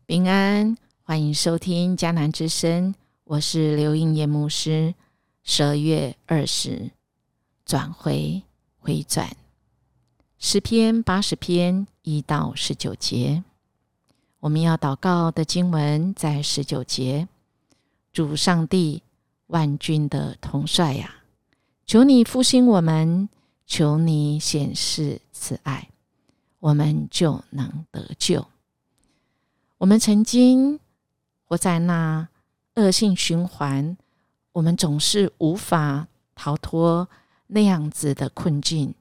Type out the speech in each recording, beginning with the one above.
平安，欢迎收听迦南之声，我是刘应叶牧师。12月20，转回转，诗篇80篇1到19节。我们要祷告的经文在19节。主上帝万军的统帅啊，求你复兴我们，求你显示慈爱，我们就能得救。我们曾经活在那恶性循环，我们总是无法逃脱那样子的困境。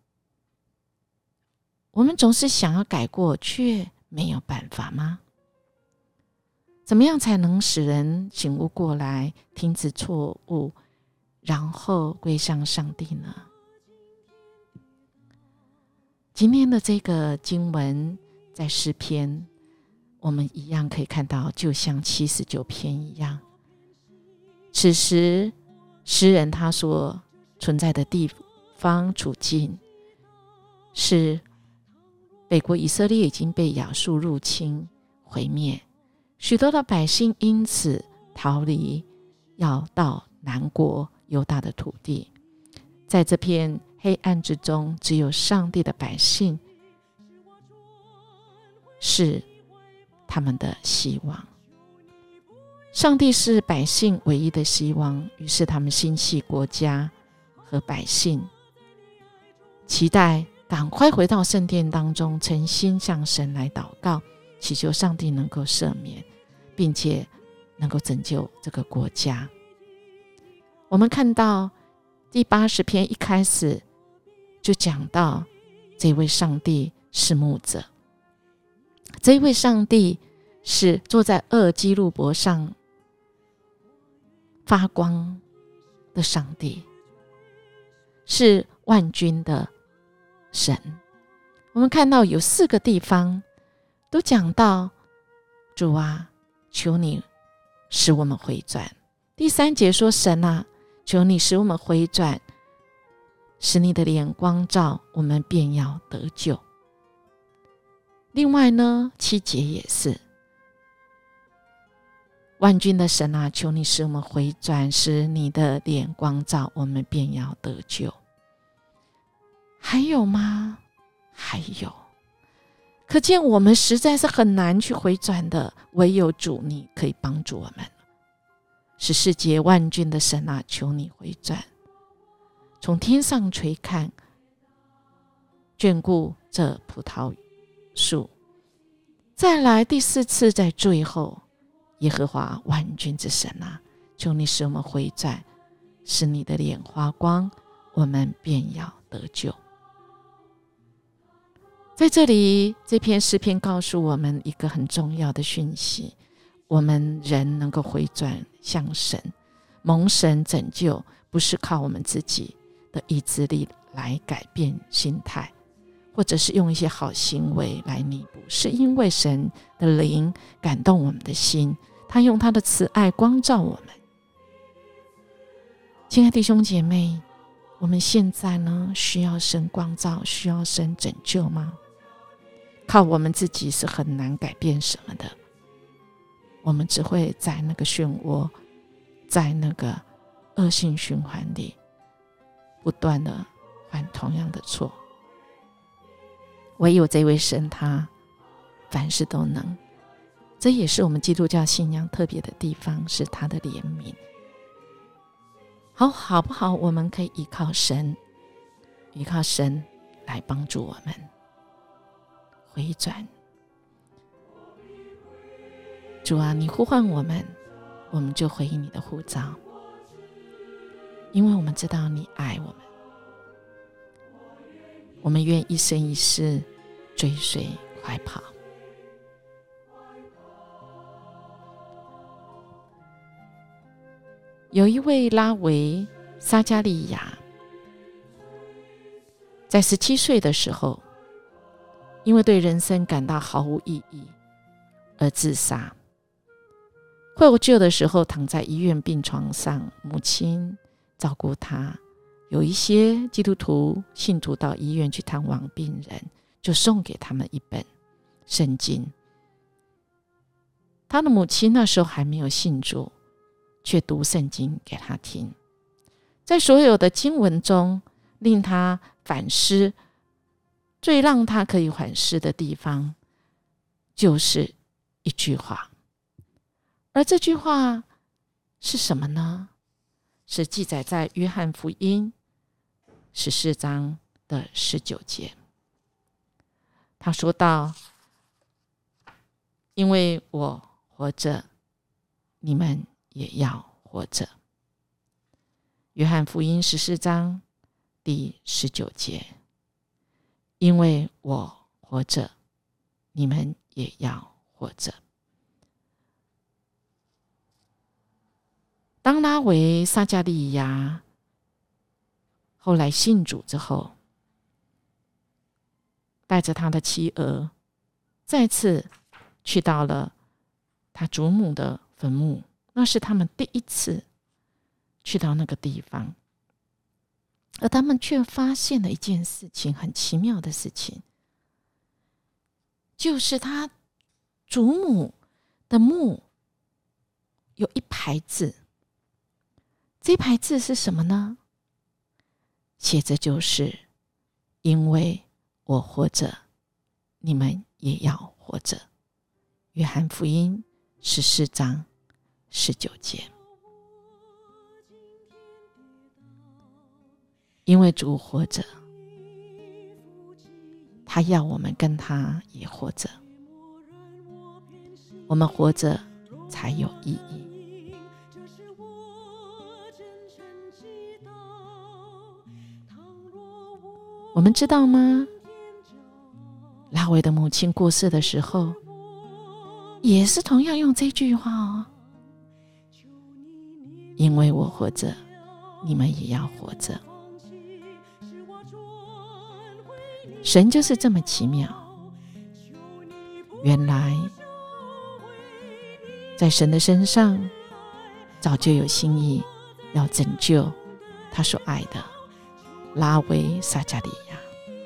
我们总是想要改过，却没有办法吗？怎么样才能使人醒悟过来，停止错误，然后归向上帝呢？今天的这个经文在诗篇，我们一样可以看到，就像79篇一样，此时诗人他所存在的地方处境是北国以色列已经被亚述入侵毁灭，许多的百姓因此逃离，要到南国犹大的土地。在这片黑暗之中，只有上帝的百姓是他们的希望。上帝是百姓唯一的希望，于是他们心系国家和百姓，期待赶快回到圣殿当中，诚心向神来祷告，祈求上帝能够赦免，并且能够拯救这个国家。我们看到第80篇一开始就讲到，这位上帝是牧者，这位上帝是坐在二基路伯上发光的上帝，是万军的神。我们看到有4个地方都讲到，主啊，求你使我们回转。第3节说，神啊，求你使我们回转，使你的脸光照，我们便要得救。另外呢，7节也是，万军的神啊，求你使我们回转，使你的脸光照，我们便要得救。还有吗？还有。可见我们实在是很难去回转的，唯有主你可以帮助我们。14节，万军的神啊，求你回转，从天上垂看，眷顾这葡萄树。再来第4次，在最后，耶和华万军之神啊，求你使我们回转，使你的脸发光，我们便要得救。在这里，这篇诗篇告诉我们一个很重要的讯息，我们人能够回转向神，蒙神拯救，不是靠我们自己的意志力来改变心态，或者是用一些好行为来弥补，是因为神的灵感动我们的心，他用他的慈爱光照我们。亲爱的弟兄姐妹，我们现在呢，需要神光照，需要神拯救吗？靠我们自己是很难改变什么的，我们只会在那个漩涡，在那个恶性循环里不断的犯同样的错。唯有这位神，他凡事都能，这也是我们基督教信仰特别的地方，是他的怜悯。好不好？我们可以依靠神，依靠神来帮助我们回转。主啊，你呼唤我们，我们就回应你的呼召，因为我们知道你爱我们，我们愿一生一世追随快跑。有一位拉维撒加利亚，在17岁的时候，因为对人生感到毫无意义而自杀。获救的时候，躺在医院病床上，母亲照顾他。有一些基督徒信徒到医院去探望病人，就送给他们一本圣经。 他的母亲那时候还没有信主，却读圣经给他听。在所有的经文中，令他反思，最让他可以反思的地方，就是一句话。而这句话是什么呢？是记载在约翰福音14章的19节。他说道：因为我活着，你们也要活着。约翰福音14章第19节，因为我活着，你们也要活着。当拉维撒加利亚后来信主之后，带着他的妻儿再次去到了他祖母的坟墓，那是他们第一次去到那个地方。而他们却发现了一件事情，很奇妙的事情，就是他祖母的墓有一排字。这排字是什么呢？写着就是因为我活着，你们也要活着。约翰福音14章19节。因为主活着，他要我们跟他也活着，我们活着才有意义。我们知道吗？拉维的母亲过世的时候，也是同样用这句话哦，因为我活着，你们也要活着。神就是这么奇妙。原来在神的身上早就有心意，要拯救他所爱的拉维撒加利亚。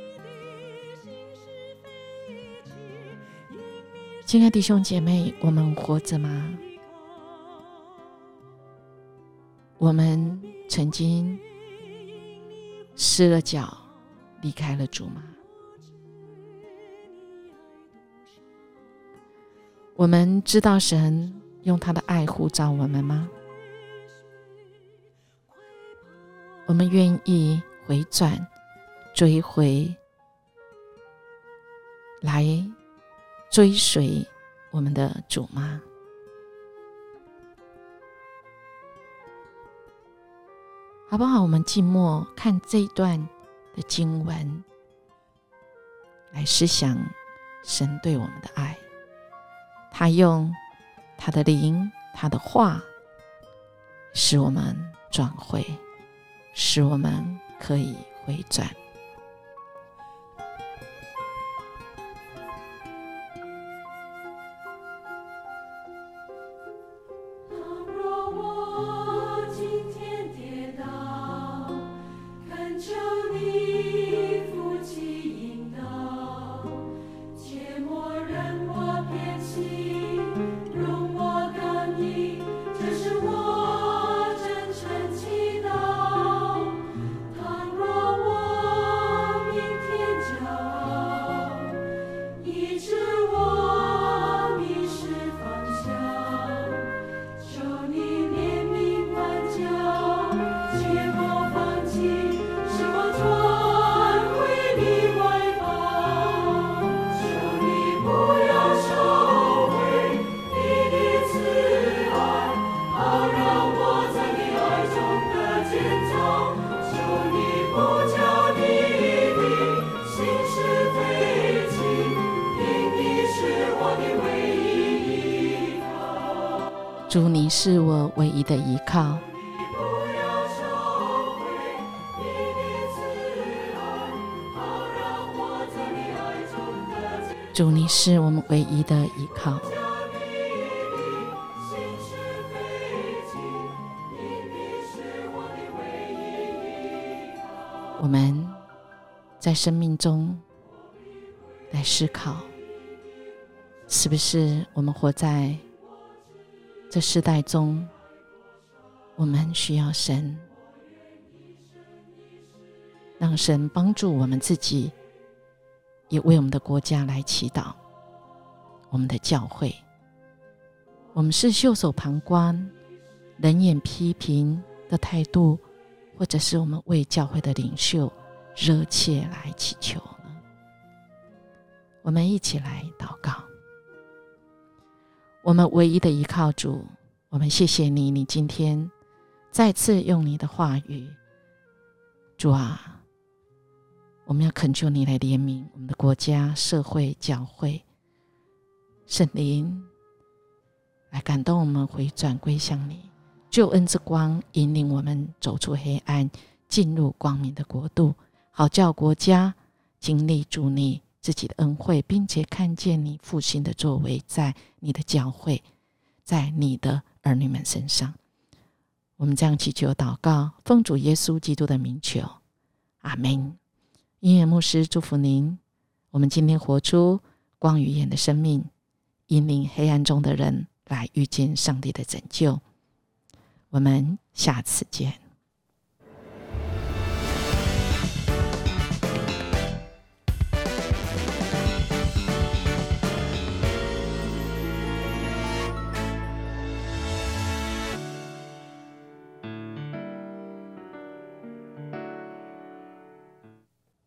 亲爱的弟兄姐妹，我们活着吗？我们曾经失了脚，离开了主吗？我们知道神用他的爱呼召我们吗？我们愿意回转追回来追随我们的主吗？好不好？我们静默看这一段的经文，来思想神对我们的爱。他用他的灵，他的话，使我们转回，使我们可以回转。主，你是我唯一的依靠。主，你是我们唯一的依靠。我们在生命中来思考，是不是我们活在这世代中，我们需要神，让神帮助我们自己，也为我们的国家来祈祷。我们的教会，我们是袖手旁观、冷眼批评的态度，或者是我们为教会的领袖热切来祈求呢？我们一起来祷告。我们唯一的依靠主，我们谢谢你，你今天再次用你的话语，主啊，我们要恳求你来怜悯我们的国家、社会、教会。圣灵来感动我们回转归向你，救恩之光引领我们走出黑暗，进入光明的国度，好叫国家经历主你自己的恩惠，并且看见你复兴的作为在你的教会，在你的儿女们身上。我们这样祈求祷告，奉主耶稣基督的名求，阿们。音乐牧师祝福您，我们今天活出光与盐的生命，引领黑暗中的人来遇见上帝的拯救。我们下次见。